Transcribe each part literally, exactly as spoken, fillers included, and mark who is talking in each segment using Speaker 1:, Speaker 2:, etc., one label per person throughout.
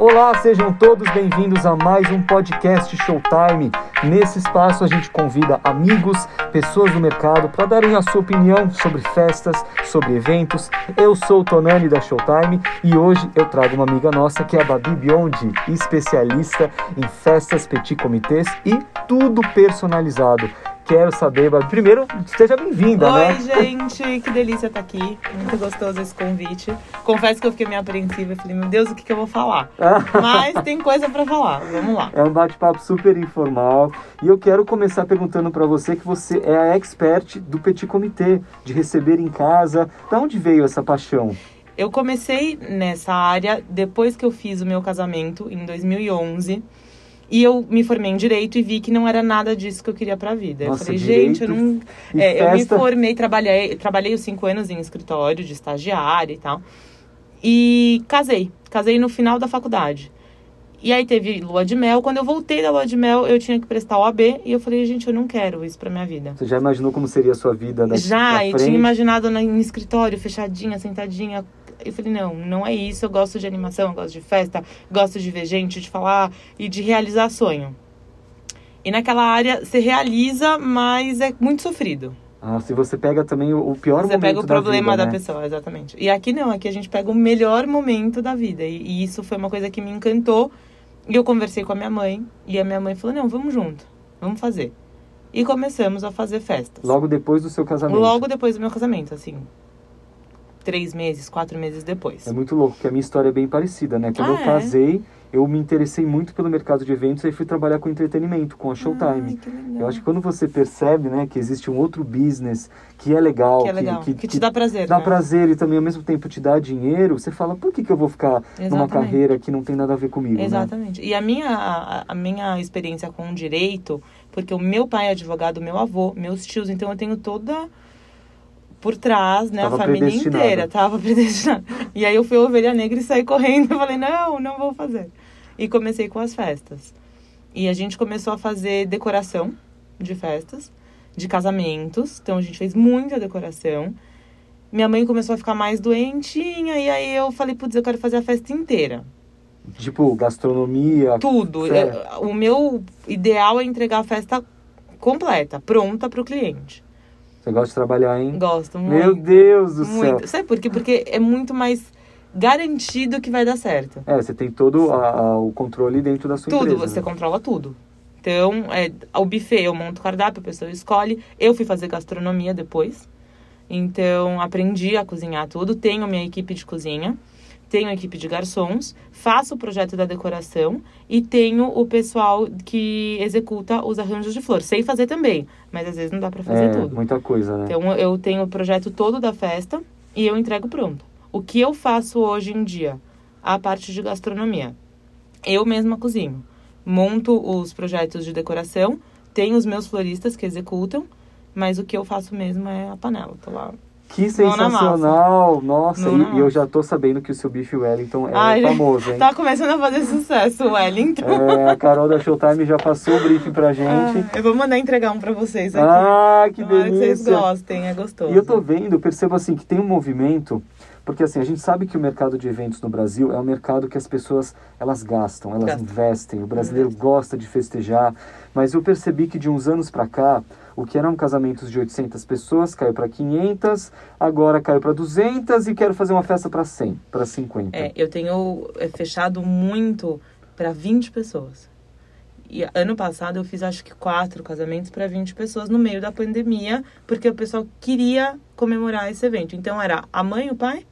Speaker 1: Olá, sejam todos bem-vindos a mais um podcast Showtime. Nesse espaço a gente convida amigos, pessoas do mercado para darem a sua opinião sobre festas, sobre eventos. Eu sou o Tonani da Showtime e hoje eu trago uma amiga nossa que é a Babi Biondi, especialista em festas, petit comitês e tudo personalizado. Quero saber, Babi, primeiro, seja bem-vinda,
Speaker 2: Oi,
Speaker 1: né?
Speaker 2: Oi, gente, que delícia estar aqui. Muito gostoso esse convite. Confesso que eu fiquei meio apreensiva. Eu falei, meu Deus, o que, que eu vou falar? Mas tem coisa pra falar, vamos lá.
Speaker 1: É um bate-papo super informal. E eu quero começar perguntando pra você que você é a expert do petit comitê, de receber em casa. Da onde veio essa paixão?
Speaker 2: Eu comecei nessa área depois que eu fiz o meu casamento, em dois mil e onze. E eu me formei em Direito e vi que não era nada disso que eu queria pra vida.
Speaker 1: Nossa,
Speaker 2: eu falei,
Speaker 1: direito,
Speaker 2: gente, eu não... É, eu me formei, trabalhei, trabalhei os cinco anos em escritório de estagiária e tal. E casei. Casei no final da faculdade. E aí teve lua de mel. Quando eu voltei da lua de mel, eu tinha que prestar o A B. E eu falei, gente, eu não quero isso pra minha vida.
Speaker 1: Você já imaginou como seria a sua vida daqui
Speaker 2: Já,
Speaker 1: pra
Speaker 2: eu tinha imaginado no escritório, fechadinha, sentadinha. Eu falei, não, não é isso. Eu gosto de animação, eu gosto de festa, gosto de ver gente, de falar e de realizar sonho. E naquela área, você realiza, mas é muito sofrido.
Speaker 1: Ah, se você pega também o pior
Speaker 2: você
Speaker 1: momento da vida,
Speaker 2: Você pega o problema da
Speaker 1: né?
Speaker 2: pessoa, exatamente. E aqui não, aqui a gente pega o melhor momento da vida. E, e isso foi uma coisa que me encantou. E eu conversei com a minha mãe. E a minha mãe falou, não, vamos junto, vamos fazer. E começamos a fazer festas.
Speaker 1: Logo depois do seu casamento?
Speaker 2: Logo depois do meu casamento, assim... Três meses, quatro meses depois.
Speaker 1: É muito louco, porque a minha história é bem parecida, né? Quando
Speaker 2: ah,
Speaker 1: eu casei, é? eu me interessei muito pelo mercado de eventos, aí fui trabalhar com entretenimento, com a Showtime.
Speaker 2: Ai, que legal.
Speaker 1: Eu acho que quando você percebe, né, que existe um outro business que é legal,
Speaker 2: que, é legal,
Speaker 1: que,
Speaker 2: que, que te dá prazer,
Speaker 1: dá
Speaker 2: né?
Speaker 1: prazer e também ao mesmo tempo te dá dinheiro, você fala, por que, que eu vou ficar Exatamente. numa carreira que não tem nada a ver comigo,
Speaker 2: Exatamente.
Speaker 1: Né?
Speaker 2: E a minha, a, a minha experiência com o direito, porque o meu pai é advogado, meu avô, meus tios, então eu tenho toda... por trás, né,
Speaker 1: tava
Speaker 2: a família inteira, tava predestinada. E aí eu fui a ovelha negra e saí correndo, eu falei, não, não vou fazer. E comecei com as festas. E a gente começou a fazer decoração de festas, de casamentos, então a gente fez muita decoração. Minha mãe começou a ficar mais doentinha, e aí eu falei, putz, eu quero fazer a festa inteira.
Speaker 1: Tipo, gastronomia...
Speaker 2: Tudo. Eu, o meu ideal é entregar a festa completa, pronta para o cliente.
Speaker 1: Você gosta de trabalhar, hein?
Speaker 2: Gosto muito.
Speaker 1: Meu Deus do
Speaker 2: muito.
Speaker 1: céu.
Speaker 2: Sabe por quê? Porque é muito mais garantido que vai dar certo.
Speaker 1: É, você tem todo a, a, o controle dentro da sua
Speaker 2: tudo,
Speaker 1: empresa.
Speaker 2: Tudo, você
Speaker 1: né?
Speaker 2: controla tudo. Então, é, o buffet, eu monto o cardápio, a pessoa escolhe. Eu fui fazer gastronomia depois. Então, aprendi a cozinhar tudo. Tenho minha equipe de cozinha. Tenho a equipe de garçons, faço o projeto da decoração e tenho o pessoal que executa os arranjos de flor. Sei fazer também, mas às vezes não dá pra fazer
Speaker 1: é,
Speaker 2: tudo.
Speaker 1: muita coisa, né?
Speaker 2: Então, eu tenho o projeto todo da festa e eu entrego pronto. O que eu faço hoje em dia? A parte de gastronomia. Eu mesma cozinho. Monto os projetos de decoração, tenho os meus floristas que executam, mas o que eu faço mesmo é a panela. Tô lá...
Speaker 1: Que sensacional! Nossa, e, e eu já tô sabendo que o seu bife Wellington é Ai, famoso, hein?
Speaker 2: Tá começando a fazer sucesso o Wellington.
Speaker 1: É, a Carol da Showtime já passou o briefing pra gente.
Speaker 2: Ah, eu vou mandar entregar um pra vocês aqui.
Speaker 1: Ah, que
Speaker 2: Tomara
Speaker 1: delícia!
Speaker 2: que vocês gostem, é gostoso.
Speaker 1: E eu tô vendo, eu percebo assim, que tem um movimento... Porque assim, a gente sabe que o mercado de eventos no Brasil é um mercado que as pessoas, elas gastam, elas Gasta. investem. O brasileiro Investe. gosta de festejar. Mas eu percebi que de uns anos pra cá, o que eram casamentos de oitocentas pessoas caiu para quinhentas, agora caiu para duzentas e quero fazer uma festa para cem, para cinquenta.
Speaker 2: É, eu tenho fechado muito para vinte pessoas. E ano passado eu fiz acho que quatro casamentos para vinte pessoas no meio da pandemia, porque o pessoal queria comemorar esse evento. Então era a mãe, o pai,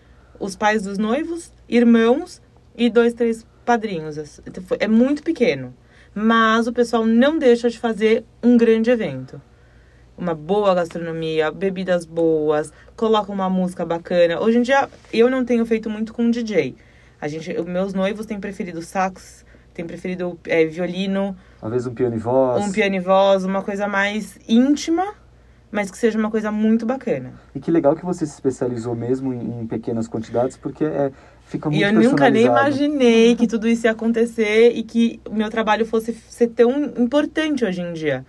Speaker 2: os pais dos noivos, irmãos e dois, três padrinhos. É muito pequeno. Mas o pessoal não deixa de fazer um grande evento. Uma boa gastronomia, bebidas boas, coloca uma música bacana. Hoje em dia, eu não tenho feito muito com D J. A gente, meus noivos têm preferido sax, têm preferido é, violino.
Speaker 1: Às vezes um piano e voz.
Speaker 2: Um piano e voz, uma coisa mais íntima, mas que seja uma coisa muito bacana.
Speaker 1: E que legal que você se especializou mesmo em, em pequenas quantidades, porque é... Fica muito
Speaker 2: e eu nunca nem imaginei que tudo isso ia acontecer e que o meu trabalho fosse ser tão importante hoje em dia.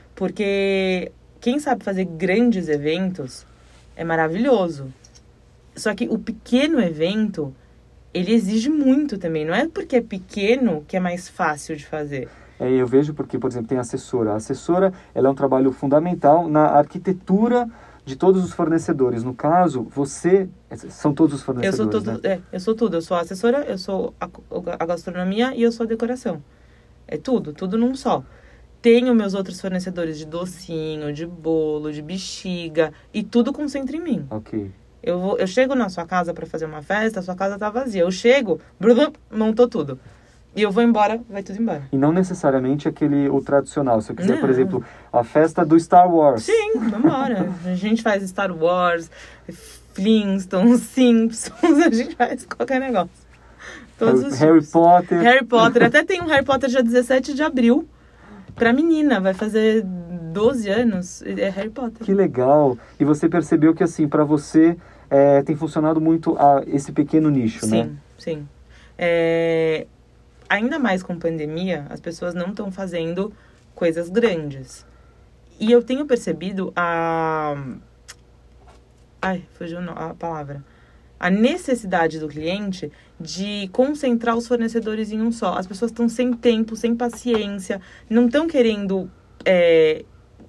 Speaker 2: Porque quem sabe fazer grandes eventos é maravilhoso. Só que o pequeno evento, ele exige muito também. Não é porque é pequeno que é mais fácil de fazer.
Speaker 1: É, eu vejo porque, por exemplo, tem a assessora. A assessora, ela é um trabalho fundamental na arquitetura de todos os fornecedores. No caso, você... São todos os fornecedores,
Speaker 2: eu sou tudo,
Speaker 1: né?
Speaker 2: É, eu sou tudo. Eu sou a assessora, eu sou a, a gastronomia e eu sou a decoração. É tudo, tudo num só. Tenho meus outros fornecedores de docinho, de bolo, de bexiga, e tudo concentra em mim.
Speaker 1: Ok.
Speaker 2: Eu, vou, eu chego na sua casa para fazer uma festa, a sua casa tá vazia. Eu chego, blum, montou tudo. E eu vou embora, vai tudo embora.
Speaker 1: E não necessariamente aquele, o tradicional. Se eu quiser,
Speaker 2: não.
Speaker 1: por exemplo, a festa do Star Wars.
Speaker 2: Sim, vambora. A gente faz Star Wars, Flintstones, Simpsons, a gente faz qualquer negócio. Todos
Speaker 1: Harry,
Speaker 2: os
Speaker 1: Harry
Speaker 2: tipos.
Speaker 1: Potter.
Speaker 2: Harry Potter. Até tem um Harry Potter dia dezessete de abril. Pra menina, vai fazer doze anos. É Harry Potter.
Speaker 1: Que legal. E você percebeu que, assim, pra você é, tem funcionado muito a, esse pequeno nicho,
Speaker 2: sim,
Speaker 1: né?
Speaker 2: Sim, sim. É... Ainda mais com pandemia, as pessoas não estão fazendo coisas grandes. E eu tenho percebido a... Ai, fugiu a palavra. A necessidade do cliente de concentrar os fornecedores em um só. As pessoas estão sem tempo, sem paciência, não estão querendo é,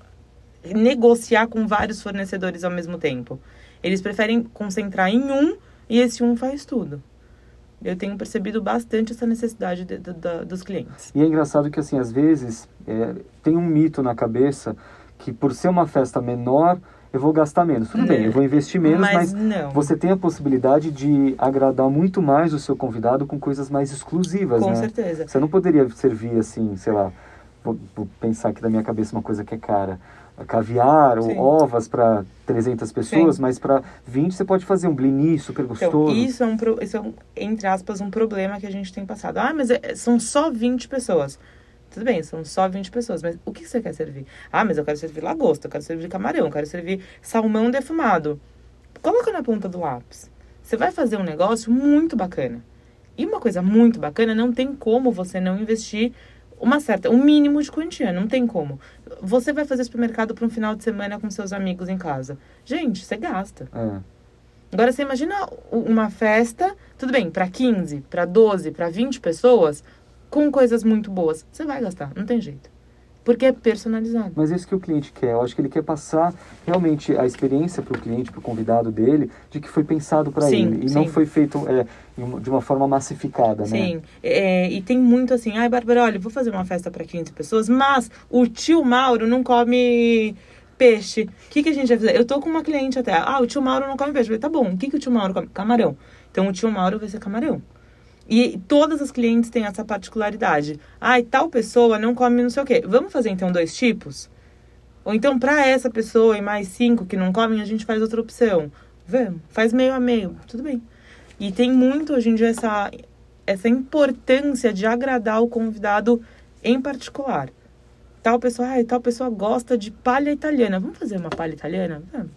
Speaker 2: negociar com vários fornecedores ao mesmo tempo. Eles preferem concentrar em um e esse um faz tudo. Eu tenho percebido bastante essa necessidade de, de, de, dos clientes.
Speaker 1: E é engraçado que, assim, às vezes, é, tem um mito na cabeça que por ser uma festa menor, eu vou gastar menos. Tudo
Speaker 2: Não.
Speaker 1: bem, eu vou investir menos,
Speaker 2: mas,
Speaker 1: mas
Speaker 2: não.
Speaker 1: você tem a possibilidade de agradar muito mais o seu convidado com coisas mais exclusivas,
Speaker 2: com
Speaker 1: né?
Speaker 2: certeza.
Speaker 1: Você não poderia servir, assim, sei lá, vou, vou pensar aqui da minha cabeça uma coisa que é cara. Caviar
Speaker 2: Sim.
Speaker 1: ou ovas para trezentas pessoas,
Speaker 2: Sim.
Speaker 1: mas para vinte você pode fazer um blini super gostoso.
Speaker 2: Então, isso é, um, pro- isso é, um, entre aspas, um problema que a gente tem passado. Ah, mas é- são só vinte pessoas. Tudo bem, são só vinte pessoas, mas o que você quer servir? Ah, mas eu quero servir lagosta, eu quero servir camarão, eu quero servir salmão defumado. Coloca na ponta do lápis. Você vai fazer um negócio muito bacana. E uma coisa muito bacana, não tem como você não investir uma certa, um mínimo de quantia, não tem como. Você vai fazer supermercado para um final de semana com seus amigos em casa. Gente, você gasta.
Speaker 1: É.
Speaker 2: Agora, você imagina uma festa, tudo bem, para quinze, para doze, para vinte pessoas, com coisas muito boas. Você vai gastar, não tem jeito. Porque é personalizado.
Speaker 1: Mas é isso que o cliente quer. Eu acho que ele quer passar realmente a experiência para o cliente, para o convidado dele, de que foi pensado para ele. E
Speaker 2: sim.
Speaker 1: não foi feito é, de uma forma massificada, né?
Speaker 2: Sim. É, e tem muito assim, ai, Bárbara, olha, vou fazer uma festa para quinze pessoas, mas o tio Mauro não come peixe. O que, que a gente vai fazer? Eu tô com uma cliente até. Ah, o tio Mauro não come peixe. Eu falei, tá bom, o que, que o tio Mauro come? Camarão. Então, o tio Mauro vai ser camarão. E todas as clientes têm essa particularidade. Ah, e tal pessoa não come não sei o quê. Vamos fazer, então, dois tipos? Ou então, para essa pessoa e mais cinco que não comem, a gente faz outra opção. Vamos, faz meio a meio. Tudo bem. E tem muito, hoje em dia, essa, essa importância de agradar o convidado em particular. Tal pessoa, ah, tal pessoa gosta de palha italiana. Vamos fazer uma palha italiana? Vamos.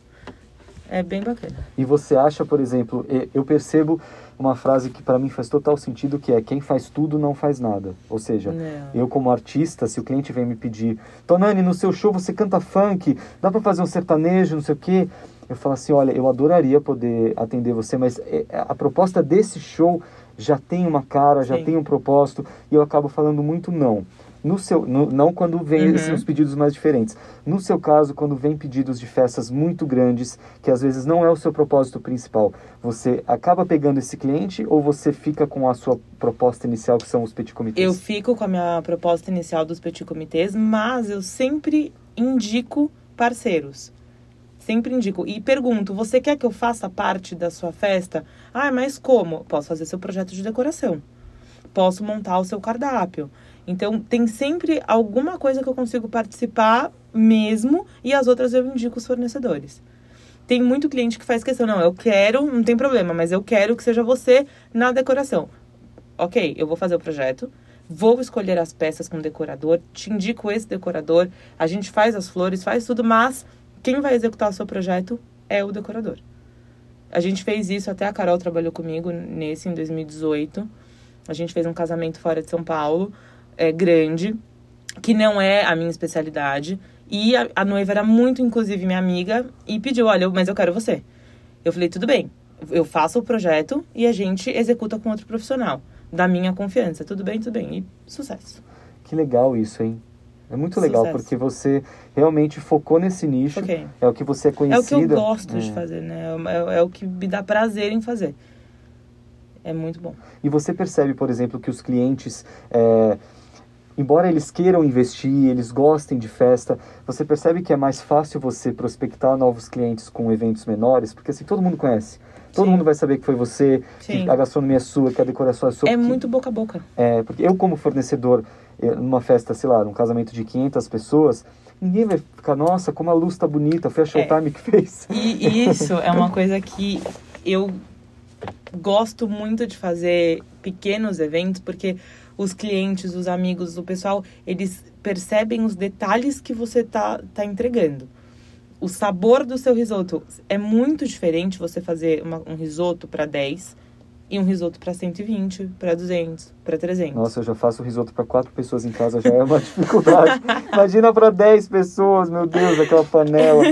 Speaker 2: É bem bacana.
Speaker 1: E você acha, por exemplo, eu percebo uma frase que para mim faz total sentido, que é: quem faz tudo não faz nada. Ou seja,
Speaker 2: Não.
Speaker 1: eu como artista, se o cliente vem me pedir, Tonani, no seu show você canta funk, dá para fazer um sertanejo, não sei o quê, eu falo assim, olha, eu adoraria poder atender você, mas a proposta desse show já tem uma cara, já
Speaker 2: Sim.
Speaker 1: tem um propósito, e eu acabo falando muito não. No seu, no, não quando vem
Speaker 2: Uhum.
Speaker 1: esses, os pedidos mais diferentes. No seu caso, quando vem pedidos de festas muito grandes, que às vezes não é o seu propósito principal, você acaba pegando esse cliente ou você fica com a sua proposta inicial, que são os petit comitês?
Speaker 2: Eu fico com a minha proposta inicial dos petit comitês, mas eu sempre indico parceiros. Sempre indico. E pergunto, você quer que eu faça parte da sua festa? Ah, mas como? Posso fazer seu projeto de decoração. Posso montar o seu cardápio. Então, tem sempre alguma coisa que eu consigo participar mesmo, e as outras eu indico os fornecedores. Tem muito cliente que faz questão, não, eu quero, não tem problema, mas eu quero que seja você na decoração. Ok, eu vou fazer o projeto, vou escolher as peças com o decorador, te indico esse decorador, a gente faz as flores, faz tudo, mas quem vai executar o seu projeto é o decorador. A gente fez isso, até a Carol trabalhou comigo nesse, em dois mil e dezoito. A gente fez um casamento fora de São Paulo, é, grande, que não é a minha especialidade. E a, a noiva era muito, inclusive, minha amiga, e pediu, olha, mas eu quero você. Eu falei, tudo bem, Eu faço o projeto e a gente executa com outro profissional. Da minha confiança. Tudo bem, tudo bem. E sucesso.
Speaker 1: Que legal isso, hein? É muito legal,
Speaker 2: Sucesso.
Speaker 1: Porque você realmente focou nesse nicho.
Speaker 2: Foquei.
Speaker 1: É o que você é conhecida.
Speaker 2: É o que eu gosto
Speaker 1: é.
Speaker 2: de fazer, né? É, é o que me dá prazer em fazer. É muito bom.
Speaker 1: E você percebe, por exemplo, que os clientes, é, embora eles queiram investir, eles gostem de festa, você percebe que é mais fácil você prospectar novos clientes com eventos menores? Porque assim, todo mundo conhece. Todo
Speaker 2: Sim.
Speaker 1: mundo vai saber que foi você,
Speaker 2: Sim.
Speaker 1: que a gastronomia é sua, que a decoração é sua.
Speaker 2: É
Speaker 1: porque,
Speaker 2: muito boca a boca.
Speaker 1: É, porque eu como fornecedor, eu, numa festa, sei lá, num casamento de quinhentas pessoas, ninguém vai ficar, nossa, como a luz tá bonita, foi a Showtime
Speaker 2: É.
Speaker 1: que fez.
Speaker 2: E, e isso é uma coisa que eu gosto muito de fazer pequenos eventos, porque os clientes, os amigos, o pessoal, eles percebem os detalhes que você tá, tá entregando. O sabor do seu risoto é muito diferente você fazer uma, um risoto para dez e um risoto para cento e vinte, para duzentos, para trezentos.
Speaker 1: Nossa, eu já faço risoto para quatro pessoas em casa, já é uma dificuldade. Imagina para dez pessoas, meu Deus, aquela panela.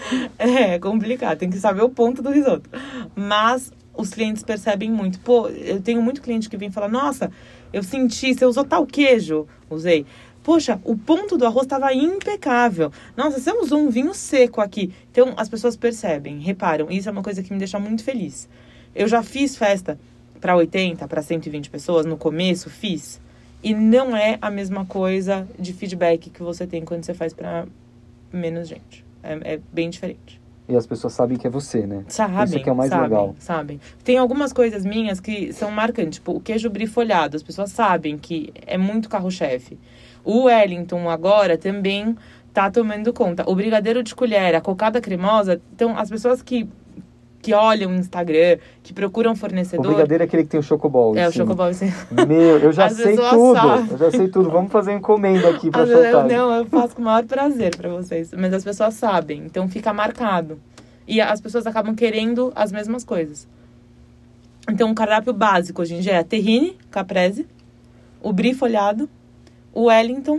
Speaker 2: É complicado, tem que saber o ponto do risoto. Mas os clientes percebem muito. Pô, eu tenho muito cliente que vem falar, nossa, eu senti, você usou tal queijo? Usei. Poxa, o ponto do arroz estava impecável. Nossa, você usou um vinho seco aqui. Então, as pessoas percebem, reparam. Isso é uma coisa que me deixa muito feliz. Eu já fiz festa para oitenta, para cento e vinte pessoas. No começo, fiz. E não é a mesma coisa de feedback que você tem quando você faz para menos gente. É, é bem diferente.
Speaker 1: E as pessoas sabem que é você, né?
Speaker 2: Sabem,
Speaker 1: Isso que é o mais
Speaker 2: sabem,
Speaker 1: legal.
Speaker 2: sabem. Tem algumas coisas minhas que são marcantes. Tipo, o queijo brie folhado. As pessoas sabem que é muito carro-chefe. O Wellington agora também tá tomando conta. O brigadeiro de colher, a cocada cremosa. Então, as pessoas que, que olham o Instagram, que procuram fornecedor...
Speaker 1: O brigadeiro é aquele que tem o chocobol.
Speaker 2: É,
Speaker 1: assim.
Speaker 2: o chocobol. Assim.
Speaker 1: Meu, eu já
Speaker 2: As
Speaker 1: sei
Speaker 2: pessoas
Speaker 1: tudo.
Speaker 2: sabem.
Speaker 1: Eu já sei tudo. Vamos fazer encomenda aqui pra
Speaker 2: Às vezes,
Speaker 1: Showtime.
Speaker 2: Não, eu faço com o maior prazer pra vocês. Mas as pessoas sabem. Então, fica marcado. E as pessoas acabam querendo as mesmas coisas. Então, o cardápio básico hoje em dia é a terrine, caprese, o brie folhado, o Wellington,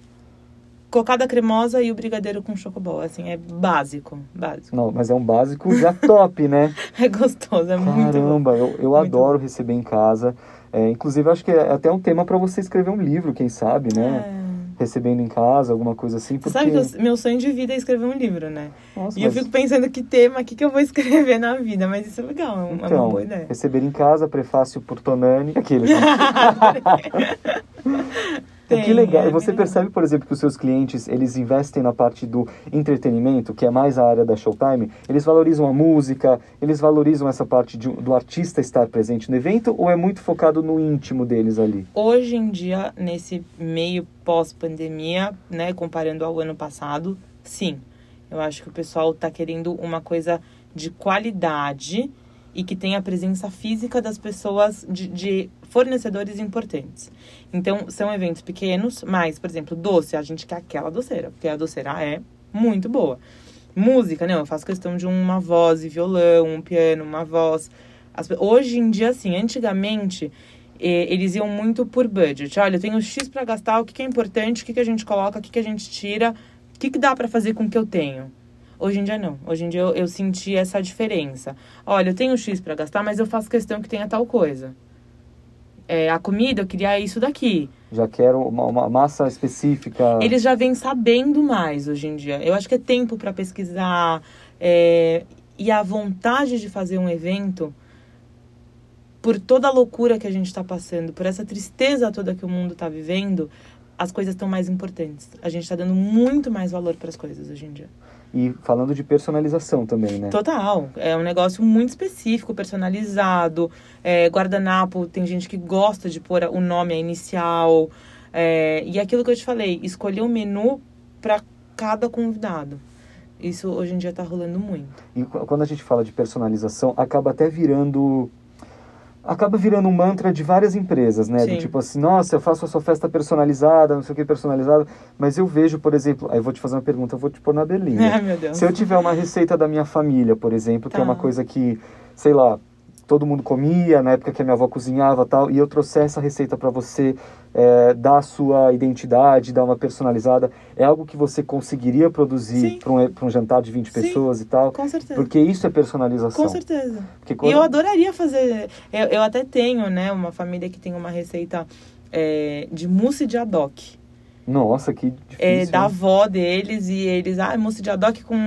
Speaker 2: cocada cremosa e o brigadeiro com chocobol. Assim, é básico, básico.
Speaker 1: Não, mas é um básico já top, né?
Speaker 2: É gostoso, é muito bom.
Speaker 1: Caramba, eu, eu
Speaker 2: Muito
Speaker 1: adoro receber em casa. É, inclusive, eu acho que é até um tema pra você escrever um livro, quem sabe, né?
Speaker 2: É.
Speaker 1: Recebendo em casa, alguma coisa assim. Porque...
Speaker 2: Você sabe que eu, meu sonho de vida é escrever um livro, né?
Speaker 1: Nossa,
Speaker 2: e
Speaker 1: mas...
Speaker 2: eu fico pensando que tema, o que, que eu vou escrever na vida. Mas isso é legal, é, um,
Speaker 1: Então,
Speaker 2: é uma boa ideia.
Speaker 1: receber em casa, prefácio por Tonani, aquele.
Speaker 2: Tem,
Speaker 1: que legal.
Speaker 2: é
Speaker 1: E você
Speaker 2: bem
Speaker 1: percebe, por exemplo, que os seus clientes, eles investem na parte do entretenimento, que é mais a área da Showtime, eles valorizam a música, eles valorizam essa parte de, do artista estar presente no evento, ou é muito focado no íntimo deles ali?
Speaker 2: Hoje em dia, nesse meio pós-pandemia, né, comparando ao ano passado, sim. Eu acho que o pessoal tá querendo uma coisa de qualidade e que tenha a presença física das pessoas, de, de fornecedores importantes. Então, são eventos pequenos, mas, por exemplo, doce, a gente quer aquela doceira, porque a doceira é muito boa. Música, não, eu faço questão de uma voz e violão, um piano, uma voz. As, hoje em dia, assim, antigamente, eh, eles iam muito por budget. Olha, eu tenho X para gastar, o que, que é importante, o que, que a gente coloca, o que, que a gente tira, o que, que dá para fazer com o que eu tenho. Hoje em dia, não. Hoje em dia, eu, eu senti essa diferença. Olha, eu tenho X para gastar, mas eu faço questão que tenha tal coisa. É, a comida, eu queria isso daqui.
Speaker 1: Já quero uma, uma massa específica.
Speaker 2: Eles já vêm sabendo mais hoje em dia. Eu acho que é tempo para pesquisar. É, e a vontade de fazer um evento, por toda a loucura que a gente está passando, por essa tristeza toda que o mundo está vivendo, as coisas estão mais importantes. A gente está dando muito mais valor para as coisas hoje em dia.
Speaker 1: E falando de personalização também, né?
Speaker 2: Total. É um negócio muito específico, personalizado. É, guardanapo, tem gente que gosta de pôr o nome, a inicial. É, e aquilo que eu te falei, escolher um menu para cada convidado. Isso hoje em dia tá rolando muito.
Speaker 1: E quando a gente fala de personalização, acaba até virando... Acaba virando um mantra de várias empresas, né?
Speaker 2: Sim.
Speaker 1: Do tipo assim, nossa, eu faço a sua festa personalizada, não sei o que personalizada. Mas eu vejo, por exemplo... Aí eu vou te fazer uma pergunta, eu vou te pôr na berlinda.
Speaker 2: Ai, meu Deus.
Speaker 1: Se eu tiver uma receita da minha família, por exemplo, que
Speaker 2: Tá.
Speaker 1: é uma coisa que, sei lá... todo mundo comia, na época que a minha avó cozinhava e tal, e eu trouxe essa receita para você, é, dar a sua identidade, dar uma personalizada, é algo que você conseguiria produzir para um, pra um jantar de vinte
Speaker 2: Sim,
Speaker 1: pessoas e tal?
Speaker 2: Com certeza.
Speaker 1: Porque isso é personalização.
Speaker 2: Com certeza.
Speaker 1: Porque quando...
Speaker 2: E eu adoraria fazer... Eu, eu até tenho, né, uma família que tem uma receita é, de mousse de haddock.
Speaker 1: Nossa, que difícil.
Speaker 2: É, da
Speaker 1: né?
Speaker 2: avó deles, e eles... Ah, mousse de haddock com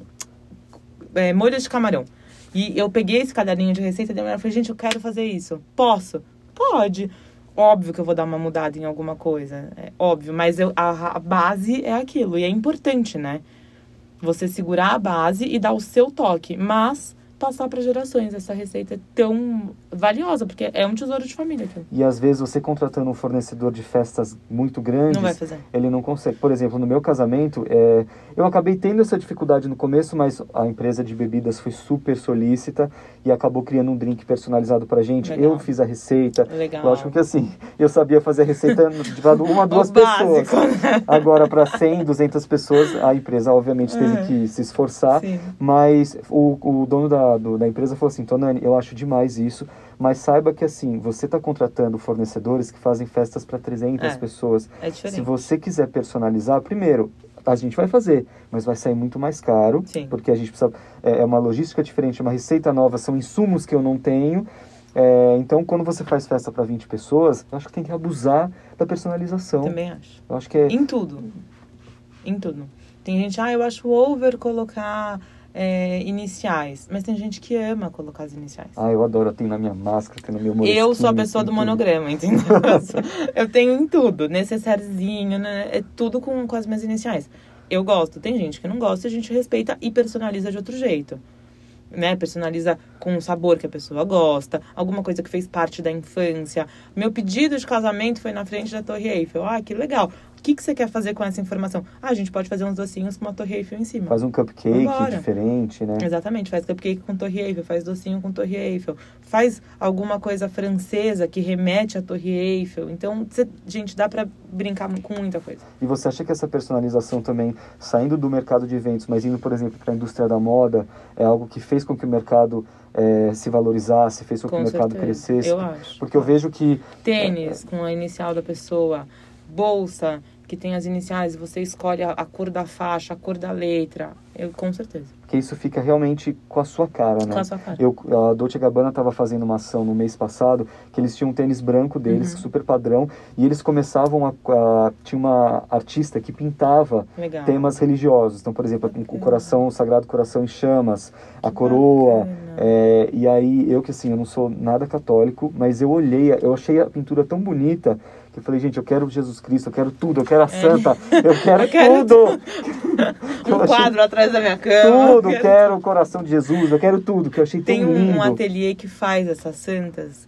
Speaker 2: é, molho de camarão. E eu peguei esse caderninho de receita e falei, gente, eu quero fazer isso. Posso? Pode. Óbvio que eu vou dar uma mudada em alguma coisa. É óbvio, mas eu, a, a base é aquilo. E é importante, né? Você segurar a base e dar o seu toque. Mas passar para gerações. Essa receita é tão valiosa, porque é um tesouro de família. Aquilo.
Speaker 1: E às vezes você contratando um fornecedor de festas muito grandes,
Speaker 2: não vai fazer.
Speaker 1: Ele não consegue. Por exemplo, no meu casamento, é, eu acabei tendo essa dificuldade no começo, mas a empresa de bebidas foi super solícita e acabou criando um drink personalizado pra gente.
Speaker 2: Legal.
Speaker 1: Eu fiz a receita.
Speaker 2: Legal.
Speaker 1: Lógico que assim, eu sabia fazer a receita para uma, duas
Speaker 2: O
Speaker 1: pessoas.
Speaker 2: básico, né?
Speaker 1: Agora, para cem, duzentas pessoas, a empresa obviamente teve
Speaker 2: Uhum.
Speaker 1: que se esforçar.
Speaker 2: Sim.
Speaker 1: Mas o, o dono da, do, da empresa falou assim, Tonani, eu acho demais isso, mas saiba que assim, você está contratando fornecedores que fazem festas para trezentas
Speaker 2: É,
Speaker 1: pessoas.
Speaker 2: É diferente.
Speaker 1: Se você quiser personalizar, primeiro, a gente vai fazer, mas vai sair muito mais caro,
Speaker 2: Sim.
Speaker 1: porque a gente precisa, é, é uma logística diferente, uma receita nova, são insumos que eu não tenho. É, então, quando você faz festa para vinte pessoas, eu acho que tem que abusar da personalização.
Speaker 2: Também acho.
Speaker 1: Eu acho que é...
Speaker 2: Em tudo. Em tudo. Tem gente, ah, eu acho over colocar é, iniciais. Mas tem gente que ama colocar as iniciais.
Speaker 1: Ah, eu adoro, eu tenho na minha máscara, tenho no meu moleskine.
Speaker 2: Eu sou a pessoa do
Speaker 1: tem tudo.
Speaker 2: monograma, entendeu? Eu tenho em tudo. Necessáriozinho, né? É tudo com, com as minhas iniciais. Eu gosto. Tem gente que não gosta, a gente respeita e personaliza de outro jeito. Né? Personaliza com o sabor que a pessoa gosta, alguma coisa que fez parte da infância. Meu pedido de casamento foi na frente da Torre Eiffel. Ah, que legal. O que, que você quer fazer com essa informação? Ah, a gente pode fazer uns docinhos com uma Torre Eiffel em cima.
Speaker 1: Faz um cupcake
Speaker 2: Vambora.
Speaker 1: diferente, né?
Speaker 2: Exatamente, faz cupcake com Torre Eiffel, faz docinho com Torre Eiffel, faz alguma coisa francesa que remete à Torre Eiffel. Então, cê, gente, dá pra brincar com muita coisa.
Speaker 1: E você acha que essa personalização também, saindo do mercado de eventos, mas indo, por exemplo, para a indústria da moda, é algo que fez com que o mercado é, se valorizasse, fez com,
Speaker 2: Com
Speaker 1: que o mercado
Speaker 2: certeza,
Speaker 1: crescesse?
Speaker 2: eu acho.
Speaker 1: Porque eu vejo que...
Speaker 2: Tênis com a inicial da pessoa, bolsa que tem as iniciais, você escolhe a, a cor da faixa, a cor da letra. Eu, com certeza.
Speaker 1: Que isso fica realmente com a sua cara, né?
Speaker 2: Com a sua cara.
Speaker 1: Eu, a Dolce e Gabbana estava fazendo uma ação no mês passado, que eles tinham um tênis branco deles,
Speaker 2: Uhum.
Speaker 1: super padrão, e eles começavam a, a... Tinha uma artista que pintava
Speaker 2: Legal.
Speaker 1: temas religiosos. Então, por exemplo, o coração, o Sagrado Coração em Chamas, a
Speaker 2: Que
Speaker 1: coroa.
Speaker 2: bacana.
Speaker 1: É, e aí, eu que assim, eu não sou nada católico, mas eu olhei, eu achei a pintura tão bonita, que eu falei, gente, eu quero Jesus Cristo, eu quero tudo, eu quero a santa, eu quero,
Speaker 2: Eu quero
Speaker 1: tudo! Eu
Speaker 2: Um
Speaker 1: achei
Speaker 2: quadro atrás da minha cama.
Speaker 1: tudo, eu quero o coração de Jesus, eu quero tudo, que eu achei tão
Speaker 2: Tem um,
Speaker 1: lindo.
Speaker 2: um ateliê que faz essas santas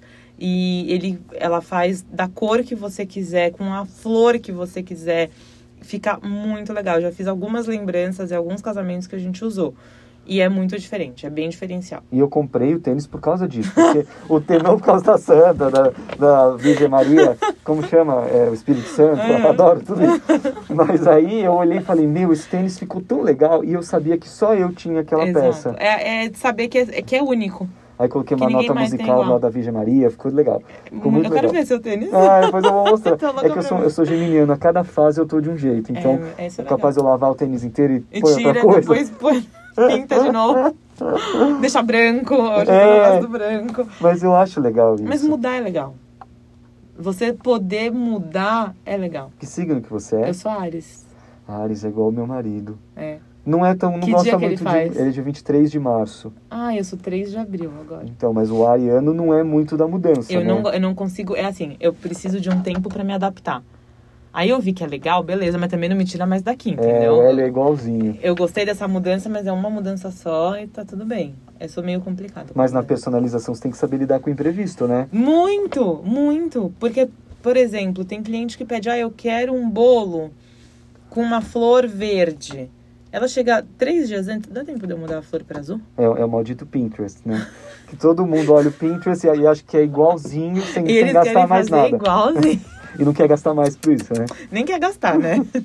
Speaker 2: e ele, ela faz da cor que você quiser, com a flor que você quiser. Fica muito legal. Eu já fiz algumas lembranças e alguns casamentos que a gente usou. E é muito diferente, é bem diferencial.
Speaker 1: E eu comprei o tênis por causa disso, porque o tênis não por causa da Santa, da, da Virgem Maria, como chama? É, o Espírito Santo, eu adoro tudo isso. Mas aí eu olhei e falei, meu, esse tênis ficou tão legal, e eu sabia que só eu tinha aquela
Speaker 2: Exato.
Speaker 1: peça.
Speaker 2: É, é de saber que é, que é único.
Speaker 1: Aí coloquei
Speaker 2: Que
Speaker 1: uma
Speaker 2: ninguém
Speaker 1: nota
Speaker 2: mais tem
Speaker 1: musical
Speaker 2: igual.
Speaker 1: lá da Virgem Maria, ficou legal. Ficou muito
Speaker 2: eu quero
Speaker 1: legal.
Speaker 2: ver seu tênis.
Speaker 1: Ah, depois eu vou mostrar.
Speaker 2: Tô louca
Speaker 1: É que eu
Speaker 2: pra
Speaker 1: sou,
Speaker 2: ver.
Speaker 1: eu sou geminiano, a cada fase eu tô de um jeito. Então,
Speaker 2: É, isso é
Speaker 1: é capaz de
Speaker 2: legal.
Speaker 1: eu lavar o tênis inteiro e,
Speaker 2: E
Speaker 1: pôr
Speaker 2: tira,
Speaker 1: outra coisa.
Speaker 2: depois põe, pinta de novo. Deixa branco, hoje
Speaker 1: É.
Speaker 2: eu gosto do branco.
Speaker 1: Mas eu acho legal isso.
Speaker 2: Mas mudar é legal. Você poder mudar é legal.
Speaker 1: Que signo que você é?
Speaker 2: Eu sou Áries.
Speaker 1: Ares é igual ao meu marido.
Speaker 2: É.
Speaker 1: Não é tão... Não
Speaker 2: Que
Speaker 1: gosta
Speaker 2: dia que
Speaker 1: muito
Speaker 2: ele faz?
Speaker 1: de... Ele é de vinte e três de março.
Speaker 2: Ah, eu sou três de abril agora.
Speaker 1: Então, mas o ariano não é muito da mudança,
Speaker 2: Eu
Speaker 1: né?
Speaker 2: não, eu não consigo... É assim, eu preciso de um tempo pra me adaptar. Aí eu vi que é legal, beleza, mas também não me tira mais daqui,
Speaker 1: É,
Speaker 2: entendeu?
Speaker 1: o Hélio é igualzinho.
Speaker 2: Eu gostei dessa mudança, mas é uma mudança só e tá tudo bem. Eu sou meio complicado.
Speaker 1: Mas na personalização você tem que saber lidar com o imprevisto, né?
Speaker 2: Muito, muito. Porque, por exemplo, tem cliente que pede, ah, eu quero um bolo com uma flor verde. Ela chega três dias antes, dá tempo de eu mudar a flor para azul?
Speaker 1: É, é o maldito Pinterest, né? Que todo mundo olha o Pinterest e aí acha que é igualzinho, sem,
Speaker 2: E
Speaker 1: sem
Speaker 2: eles
Speaker 1: gastar
Speaker 2: querem
Speaker 1: mais
Speaker 2: fazer
Speaker 1: nada.
Speaker 2: igualzinho.
Speaker 1: E não quer gastar mais por isso, né?
Speaker 2: Nem quer gastar, né?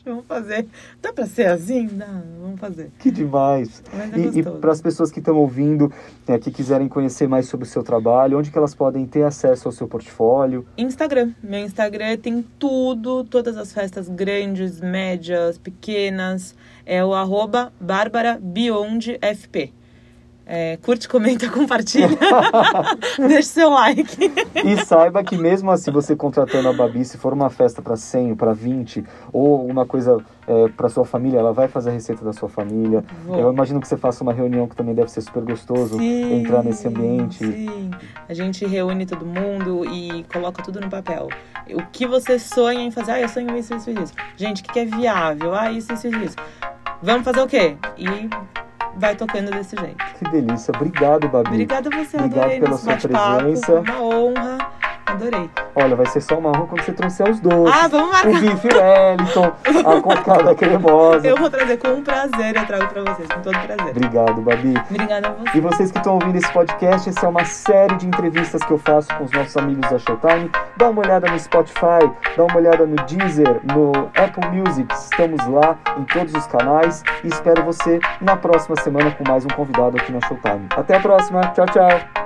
Speaker 2: vamos fazer. Dá pra ser assim? Dá, vamos fazer.
Speaker 1: Que demais.
Speaker 2: Mas é
Speaker 1: E, e para as pessoas que estão ouvindo, né, que quiserem conhecer mais sobre o seu trabalho, onde que elas podem ter acesso ao seu portfólio?
Speaker 2: Instagram. Meu Instagram tem tudo, todas as festas grandes, médias, pequenas. É o arroba Bárbara Beyond F P. É, curte, comenta, compartilha. Deixa seu like.
Speaker 1: E saiba que mesmo assim, você contratando a Babi, se for uma festa para cem, para vinte, ou alguma coisa é, para sua família, ela vai fazer a receita da sua família. Vou. Eu imagino que você faça uma reunião que também deve ser super gostoso, sim, entrar nesse ambiente.
Speaker 2: Sim, a gente reúne todo mundo e coloca tudo no papel. O que você sonha em fazer? Ah, eu sonho isso, isso, isso. Gente, o que é viável? Ah, isso, isso, isso. Vamos fazer o quê? E vai tocando desse jeito.
Speaker 1: Que delícia. Obrigado, Babi.
Speaker 2: Obrigada a você.
Speaker 1: Obrigado
Speaker 2: adorei
Speaker 1: pela sua presença.
Speaker 2: Foi uma honra. Adorei.
Speaker 1: Olha, vai ser só uma honra quando você trouxer os doces.
Speaker 2: Ah, vamos marcar.
Speaker 1: O bife Wellington, a cocada cremosa.
Speaker 2: Eu vou trazer com prazer, eu trago pra vocês, com todo prazer.
Speaker 1: Obrigado, Babi.
Speaker 2: Obrigada a você.
Speaker 1: E vocês que estão ouvindo esse podcast, essa é uma série de entrevistas que eu faço com os nossos amigos da Showtime. Dá uma olhada no Spotify, dá uma olhada no Deezer, no Apple Music. Estamos lá em todos os canais e espero você na próxima semana com mais um convidado aqui na Showtime. Até a próxima. Tchau, tchau.